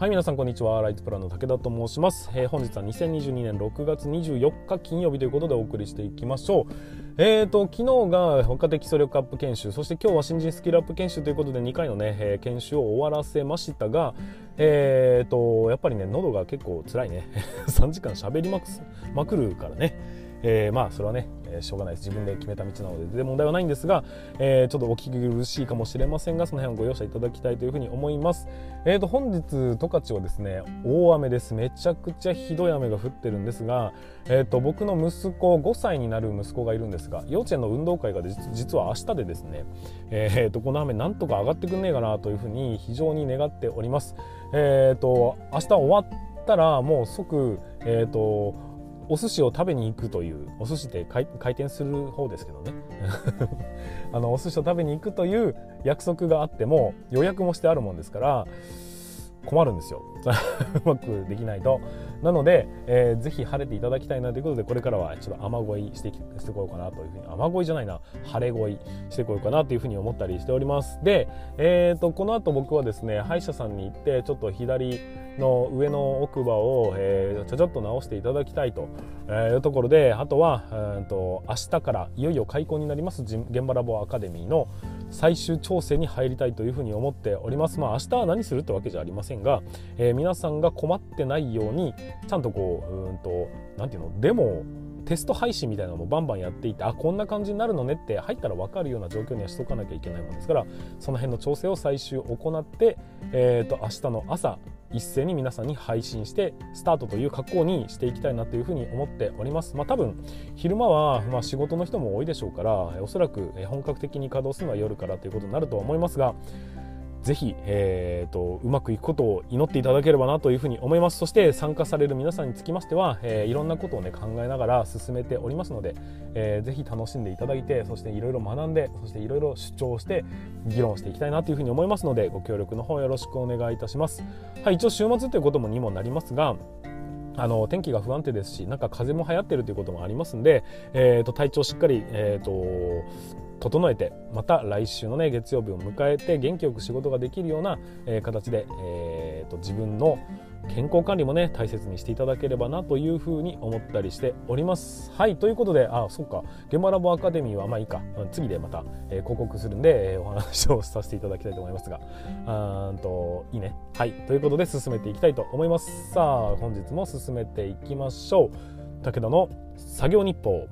はい、皆さんこんにちは。ライトプランの武田と申します。本日は2022年6月24日金曜日ということでお送りしていきましょう。昨日が若手基礎力アップ研修、そして今日は新人スキルアップ研修ということで2回のね、研修を終わらせましたが、やっぱりね、喉が結構辛いね。3時間喋りまくるからね。まあそれはね、しょうがないです。自分で決めた道なので全然問題はないんですが、ちょっとお聞き苦しいかもしれませんが、その辺をご容赦いただきたいというふうに思います。本日十勝はですね、大雨です。めちゃくちゃひどい雨が降ってるんですが、僕の息子5歳になる息子がいるんですが、幼稚園の運動会が実は明日でですね、この雨なんとか上がってくんねえかなというふうに非常に願っております。明日終わったらもう即お寿司を食べに行くという、お寿司って回転する方ですけどねお寿司を食べに行くという約束があっても予約もしてあるもんですから困るんですようまくできないと。なので、ぜひ晴れていただきたいなということで、これからはちょっと雨乞いしてこようかなというふうに、雨乞いじゃないな、晴れ乞いしてこようかなというふうに思ったりしております。で、この後僕はですね、歯医者さんに行ってちょっと左の上の奥歯を、ちゃちゃっと直していただきたいというところで、あとは明日からいよいよ開校になります現場ラボアカデミーの最終調整に入りたいというふうに思っております。まあ明日は何するってわけじゃありませんが、皆さんが困ってないようにちゃんとなんていうの、デモテスト配信みたいなのもバンバンやっていて、こんな感じになるのねって入ったら分かるような状況にはしとかなきゃいけないものですから、その辺の調整を最終行って、明日の朝一斉に皆さんに配信してスタートという格好にしていきたいなというふうに思っております。多分昼間は仕事の人も多いでしょうから、おそらく本格的に稼働するのは夜からということになるとは思いますが、ぜひ、うまくいくことを祈っていただければなというふうに思います。そして参加される皆さんにつきましては、いろんなことをね考えながら進めておりますので、ぜひ楽しんでいただいて、そしていろいろ学んで、そしていろいろ主張して議論していきたいなというふうに思いますので、ご協力の方よろしくお願いいたします。はい、一応週末ということにもなりますが、天気が不安定ですし、なんか風邪も流行っているということもありますので、体調しっかり、整えて、また来週のね月曜日を迎えて元気よく仕事ができるような、形で、自分の健康管理もね大切にしていただければなというふうに思ったりしております。はい、ということで、そうか、現場ラボアカデミーはまあいいか、次でまた、広告するんで、お話をさせていただきたいと思いますが、いいね。はい、ということで進めていきたいと思います。さあ本日も進めていきましょう。武田の作業日報。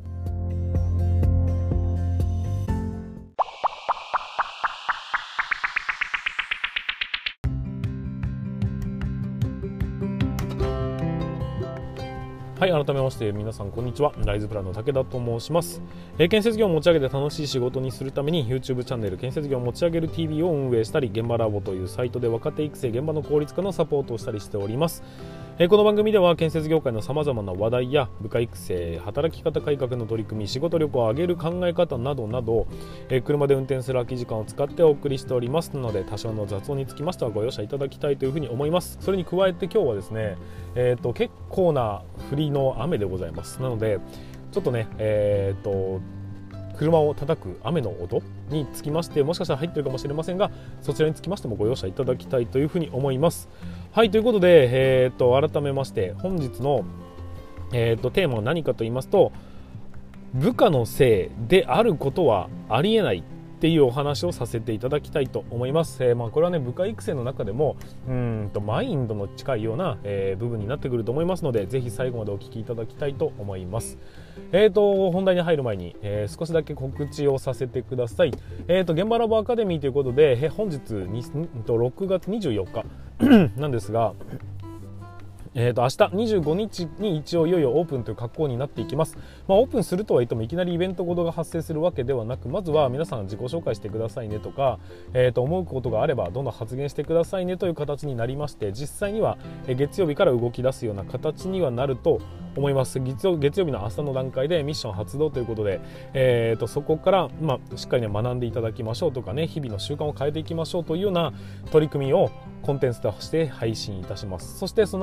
はい、改めまして皆さんこんにちは。ライズプランの武田と申します。建設業を持ち上げて楽しい仕事にするために YouTube チャンネル建設業を持ち上げる TV を運営したり、現場ラボというサイトで若手育成、現場の効率化のサポートをしたりしております。この番組では建設業界のさまざまな話題や部下育成、働き方改革の取り組み、仕事力を上げる考え方などなど、車で運転する空き時間を使ってお送りしておりますので、多少の雑音につきましてはご容赦いただきたいというふうに思います。それに加えて今日はですね、結構な降りの雨でございます。なのでちょっとね、車を叩く雨の音につきまして、もしかしたら入ってるかもしれませんが、そちらにつきましてもご容赦いただきたいというふうに思います。はい、ということで、改めまして本日の、テーマは何かと言いますと、部下のせいであることはありえないっていうお話をさせていただきたいと思います。これはね部下育成の中でもマインドの近いような、部分になってくると思いますので、ぜひ最後までお聞きいただきたいと思います。本題に入る前に、少しだけ告知をさせてください。現場ラボアカデミーということで、本日6月24日なんですが、明日25日に一応いよいよオープンという格好になっていきます。オープンするとは言ってもいきなりイベントごとが発生するわけではなく、まずは皆さん自己紹介してくださいねとか、思うことがあればどんどん発言してくださいねという形になりまして、実際には月曜日から動き出すような形にはなると思います。月曜日の朝の段階でミッション発動ということで、そこから、しっかりね学んでいただきましょうとかね、日々の習慣を変えていきましょうというような取り組みをコンテンツとして配信いたします。そしてその後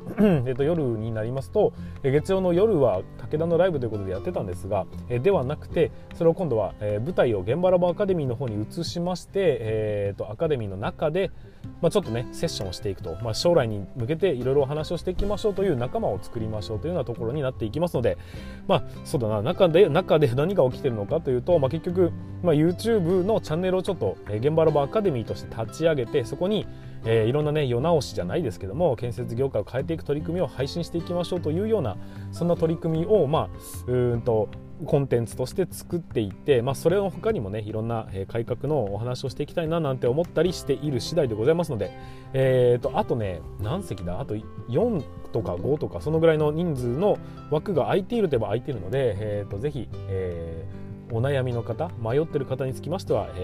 夜になりますと、月曜の夜は武田のライブということでやってたんですが、ではなくてそれを今度は、舞台を現場ラボアカデミーの方に移しまして、アカデミーの中で、ちょっとねセッションをしていくと、将来に向けていろいろお話をしていきましょうという仲間を作りましょうというようなところになっていきますので、そうだな、中で何が起きているのかというと、結局、YouTube のチャンネルをちょっと現場ラボアカデミーとして立ち上げて、そこにいろんなね世直しじゃないですけども、建設業界を変えていく取り組みを配信していきましょうというような、そんな取り組みをコンテンツとして作っていって、それの他にもねいろんな改革のお話をしていきたいななんて思ったりしている次第でございますので、あとね何席だ、あと4とか5とかそのぐらいの人数の枠が空いているといえば空いているので、ぜひ、お悩みの方、迷っている方につきましては、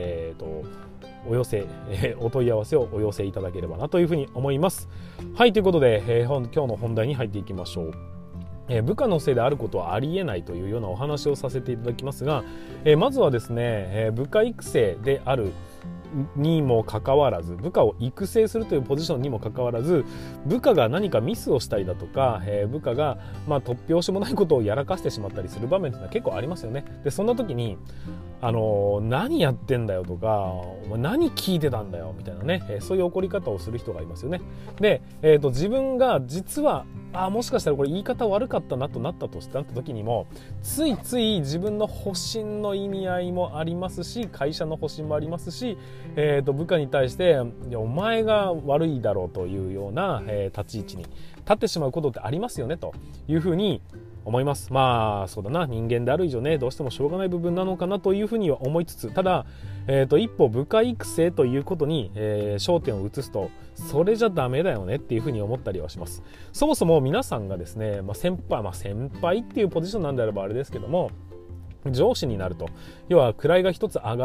お問い合わせをお寄せいただければなというふうに思います。はい、ということで、今日の本題に入っていきましょう。部下のせいであることはありえないというようなお話をさせていただきますが、まずはですね、部下育成であるにもかかわらず、部下を育成するというポジションにもかかわらず、部下が何かミスをしたりだとか、部下が突拍子もないことをやらかしてしまったりする場面というのは結構ありますよね。でそんな時に何やってんだよとか、お前何聞いてたんだよみたいなね、そういう怒り方をする人がいますよね。で、自分が実はもしかしたらこれ言い方悪かったなとなった時にも、ついつい自分の保身の意味合いもありますし、会社の保身もありますし、部下に対してお前が悪いだろうというような、立ち位置に立ってしまうことってありますよねというふうに思います。そうだな、人間である以上ね、どうしてもしょうがない部分なのかなというふうには思いつつ、ただ、一歩部下育成ということに、焦点を移すと、それじゃダメだよねっていうふうに思ったりはします。そもそも皆さんがですね、先輩っていうポジションなんであればあれですけども、上司になると、要は位が一つ上がって、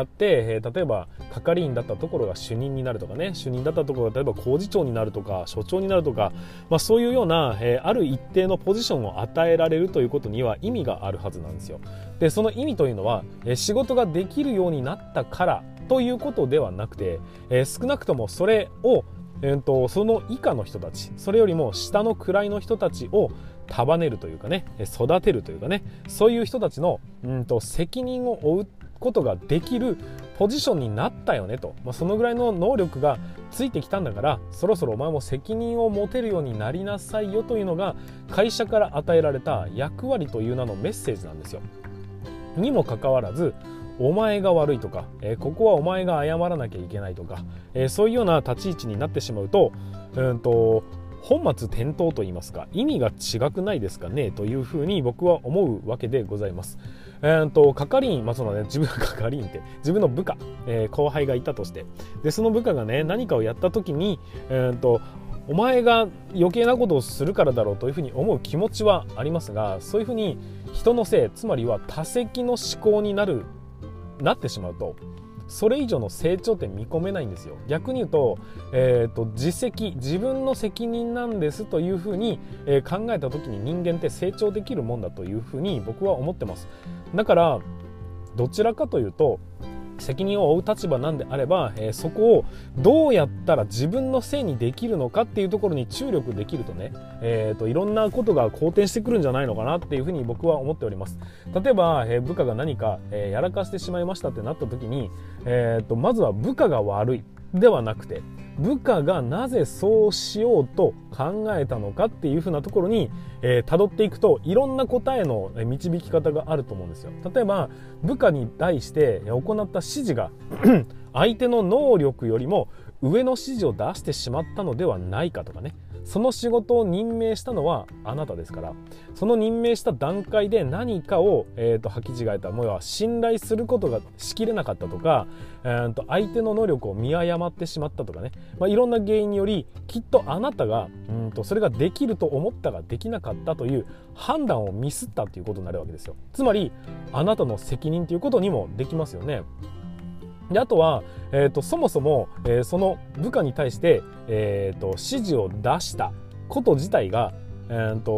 例えば係員だったところが主任になるとかね、主任だったところが例えば工事長になるとか所長になるとか、そういうような、ある一定のポジションを与えられるということには意味があるはずなんですよ。でその意味というのは、仕事ができるようになったからということではなくて、少なくともそれをその以下の人たち、それよりも下の位の人たちを束ねるというかね、育てるというかね、そういう人たちの責任を負うことができるポジションになったよねと、そのぐらいの能力がついてきたんだから、そろそろお前も責任を持てるようになりなさいよというのが会社から与えられた役割という名のメッセージなんですよ。にもかかわらず、お前が悪いとか、ここはお前が謝らなきゃいけないとか、そういうような立ち位置になってしまうと、本末転倒といいますか、意味が違くないですかねというふうに僕は思うわけでございます。係員、自分が係員って自分の部下、後輩がいたとして、でその部下がね何かをやった時に、お前が余計なことをするからだろうというふうに思う気持ちはありますが、そういうふうに人のせい、つまりは他責の思考になってしまうと、それ以上の成長って見込めないんですよ。逆に言うと、自分の責任なんですというふうに、考えた時に人間って成長できるもんだというふうに僕は思ってます。だからどちらかというと、責任を負う立場なんであれば、そこをどうやったら自分のせいにできるのかっていうところに注力できるとね、いろんなことが好転してくるんじゃないのかなっていうふうに僕は思っております。例えば、部下が何か、やらかしてしまいましたってなった時に、まずは部下が悪いではなくて、部下がなぜそうしようと考えたのかっていうふうなところに辿っていくと、いろんな答えの導き方があると思うんですよ。例えば部下に対して行った指示が相手の能力よりも上の指示を出してしまったのではないかとかね、その仕事を任命したのはあなたですから、その任命した段階で何かを、履き違えた、もしくは信頼することがしきれなかったとか、相手の能力を見誤ってしまったとかね、いろんな原因によりきっとあなたがそれができると思ったができなかったという判断をミスったということになるわけですよ。つまりあなたの責任ということにもできますよね。であとは、そもそも、その部下に対して、指示を出したこと自体が、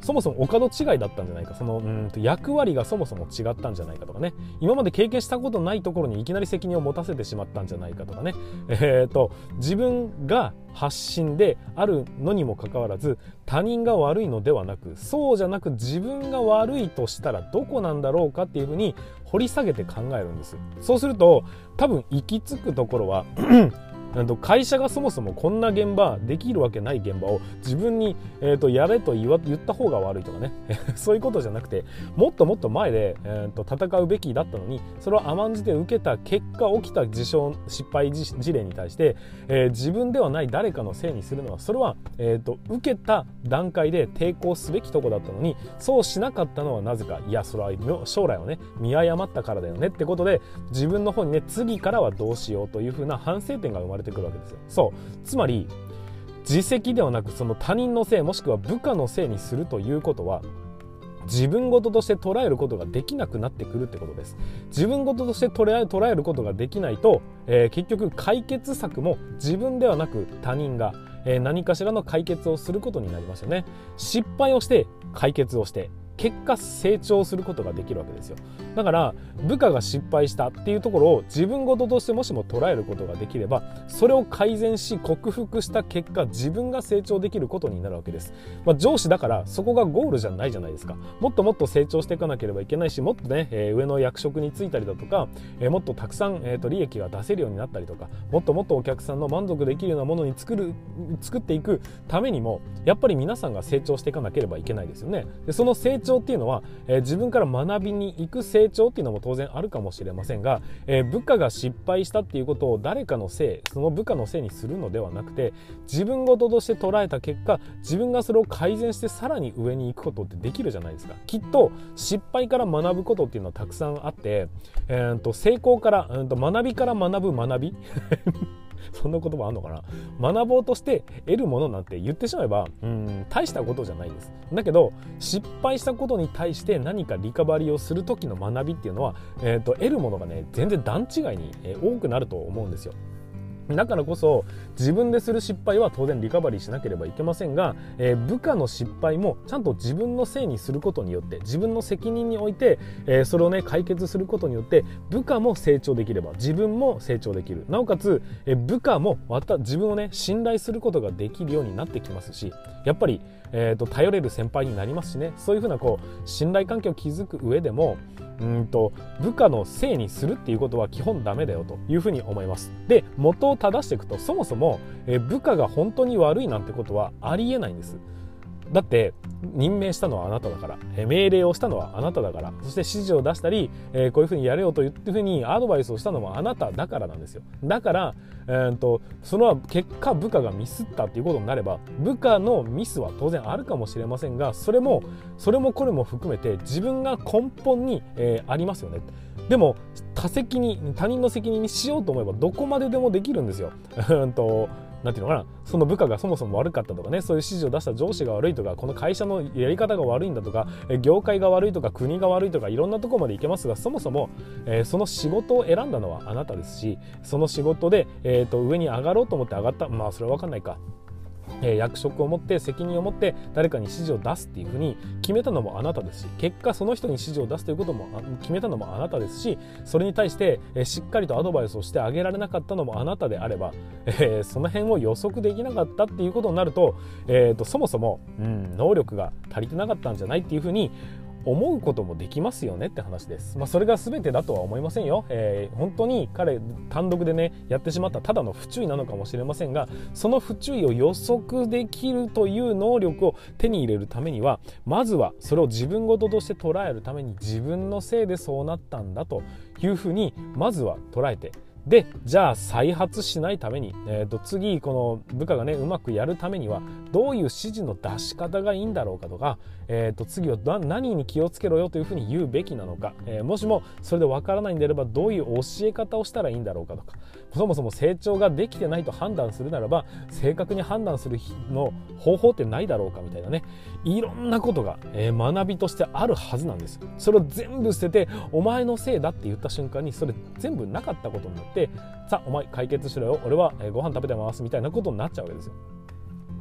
そもそもお門違いだったんじゃないか、その役割がそもそも違ったんじゃないかとかね、今まで経験したことないところにいきなり責任を持たせてしまったんじゃないかとかね、自分が発信であるのにもかかわらず他人が悪いのではなく、そうじゃなく自分が悪いとしたらどこなんだろうかっていうふうに掘り下げて考えるんです。そうすると多分行き着くところは会社がそもそもこんな現場できるわけない現場を自分に、やれと言った方が悪いとかねそういうことじゃなくて、もっともっと前で、戦うべきだったのに、それを甘んじて受けた結果起きた失敗事例に対して、自分ではない誰かのせいにするのは、それは、受けた段階で抵抗すべきとこだったのに、そうしなかったのはなぜか、いやそれは将来をね見誤ったからだよねってことで、自分の方にね次からはどうしようというふうな反省点が生まれてくるわけですよ。そうつまり自責ではなく、その他人のせいもしくは部下のせいにするということは、自分事として捉えることができなくなってくるってことです。自分事として捉えることができないと、結局解決策も自分ではなく他人が、何かしらの解決をすることになりますよね。失敗をして解決をして結果成長することができるわけですよ。だから部下が失敗したっていうところを自分事としてもしも捉えることができれば、それを改善し克服した結果、自分が成長できることになるわけです。上司だからそこがゴールじゃないじゃないですか。もっともっと成長していかなければいけないし、もっとね、上の役職に就いたりだとか、もっとたくさん、利益が出せるようになったりとか、もっともっとお客さんの満足できるようなものに作っていくためにも、やっぱり皆さんが成長していかなければいけないですよね。でその成長っていうのは、自分から学びに行く成長っていうのも当然あるかもしれませんが、部下が失敗したっていうことを誰かのせい、その部下のせいにするのではなくて、自分事として捉えた結果、自分がそれを改善してさらに上に行くことってできるじゃないですか。きっと失敗から学ぶことっていうのはたくさんあって、成功から、学びから学ぶ学びそんな言葉あんのかな。学ぼうとして得るものなんて言ってしまえば大したことじゃないです。だけど失敗したことに対して何かリカバリーをする時の学びっていうのは、得るものがね全然段違いに多くなると思うんですよ。だからこそ自分でする失敗は当然リカバリーしなければいけませんが、部下の失敗もちゃんと自分のせいにすることによって、自分の責任において、それをね解決することによって部下も成長できれば自分も成長できる。なおかつ、部下もまた自分をね信頼することができるようになってきますし、やっぱり、頼れる先輩になりますしね。そういうふうな信頼関係を築く上でも部下のせいにするっていうことは基本ダメだよというふうに思います。で、元を正していくと、そもそも部下が本当に悪いなんてことはありえないんです。だって任命したのはあなただから、命令をしたのはあなただから、そして指示を出したり、こういうふうにやれよというふうにアドバイスをしたのもあなただからなんですよ。だから、その結果部下がミスったっていうことになれば、部下のミスは当然あるかもしれませんが、それもこれも含めて自分が根本に、ありますよね。でも他人の責任にしようと思えばどこまででもできるんですよ。なんていうのかな、その部下がそもそも悪かったとかね、そういう指示を出した上司が悪いとか、この会社のやり方が悪いんだとか、業界が悪いとか国が悪いとか、いろんなところまでいけますが、そもそも、その仕事を選んだのはあなたですし、その仕事で、上に上がろうと思って上がった、それは分かんないか、役職を持って責任を持って誰かに指示を出すっていうふうに決めたのもあなたですし、結果その人に指示を出すということも決めたのもあなたですし、それに対してしっかりとアドバイスをしてあげられなかったのもあなたであれば、その辺を予測できなかったっていうことになると、そもそも、能力が足りてなかったんじゃないっていうふうに思うこともできますよねって話です。それが全てだとは思いませんよ。本当に彼単独でねやってしまったただの不注意なのかもしれませんが、その不注意を予測できるという能力を手に入れるためには、まずはそれを自分事として捉えるために、自分のせいでそうなったんだというふうにまずは捉えて、でじゃあ再発しないために、次この部下がねうまくやるためにはどういう指示の出し方がいいんだろうかとか、次は何に気をつけろよというふうに言うべきなのか、もしもそれでわからないんであればどういう教え方をしたらいいんだろうかとか、そもそも成長ができてないと判断するならば正確に判断するの方法ってないだろうかみたいなね、いろんなことが、学びとしてあるはずなんですよ。それを全部捨ててお前のせいだって言った瞬間にそれ全部なかったことになって、さあお前解決しろよ、俺はご飯食べてますみたいなことになっちゃうわけですよ。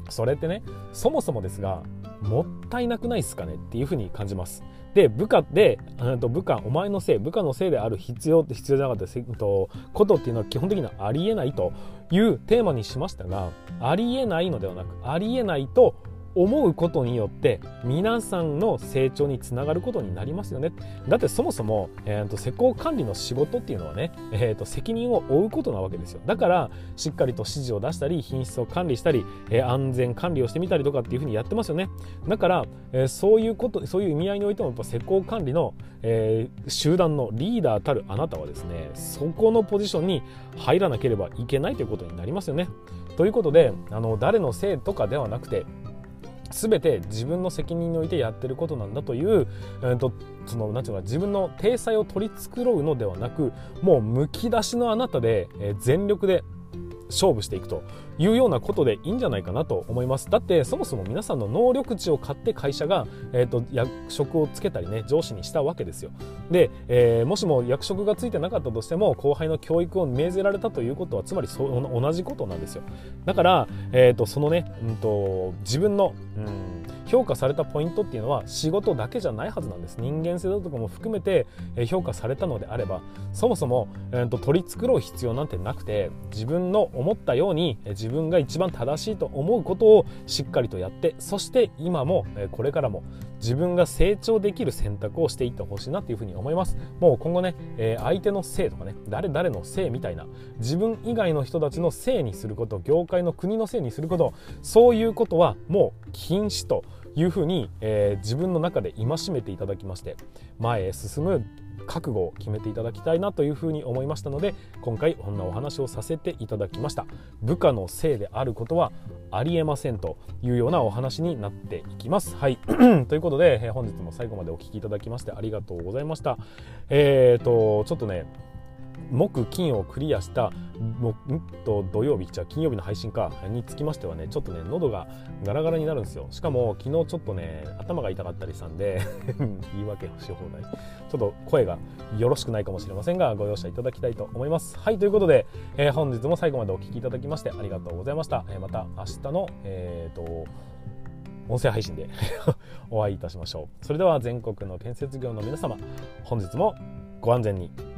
それってね、そもそもですがもったいなくないですかねっていうふうに感じます。で、部下お前のせい、部下のせいである必要じゃなかったことっていうのは基本的にはありえないというテーマにしましたが、ありえないのではなく、ありえないと思うことによって皆さんの成長につながることになりますよね。だってそもそも、施工管理の仕事っていうのはね、責任を負うことなわけですよ。だからしっかりと指示を出したり品質を管理したり、安全管理をしてみたりとかっていうふうにやってますよね。だから、そういう意味合いにおいてもやっぱ施工管理の、集団のリーダーたるあなたはですね、そこのポジションに入らなければいけないということになりますよね。ということで、誰のせいとかではなくて、全て自分の責任においてやってることなんだという、なんていうのか、自分の体裁を取り繕うのではなく、もうむき出しのあなたで、全力で勝負していくというようなことでいいんじゃないかなと思います。だってそもそも皆さんの能力値を買って会社が、役職をつけたりね、上司にしたわけですよ。で、もしも役職がついてなかったとしても後輩の教育を命ぜられたということはつまり同じことなんですよ。だから、そのね、自分の、評価されたポイントっていうのは仕事だけじゃないはずなんです。人間性だとかも含めて評価されたのであれば、そもそも、取り繕う必要なんてなくて、自分の思ったように自分が一番正しいと思うことをしっかりとやって、そして今もこれからも自分が成長できる選択をしていってほしいなというふうに思います。もう今後ね、相手のせいとかね、誰々のせいみたいな、自分以外の人たちのせいにすること、業界の国のせいにすること、そういうことはもう禁止というふうに、自分の中で戒めていただきまして、前へ進む覚悟を決めていただきたいなというふうに思いましたので、今回こんなお話をさせていただきました。部下のせいであることはありえませんというようなお話になっていきます。はいということで、本日も最後までお聞きいただきましてありがとうございました。ちょっとね、木金をクリアした土曜日、金曜日の配信につきましてはね、ちょっとね喉がガラガラになるんですよ。しかも昨日ちょっとね頭が痛かったりしたんで言い訳し放題、ちょっと声がよろしくないかもしれませんがご容赦いただきたいと思います。はい、ということで、本日も最後までお聞きいただきましてありがとうございました。また明日の音声配信でお会いいたしましょう。それでは全国の建設業の皆様、本日もご安全に。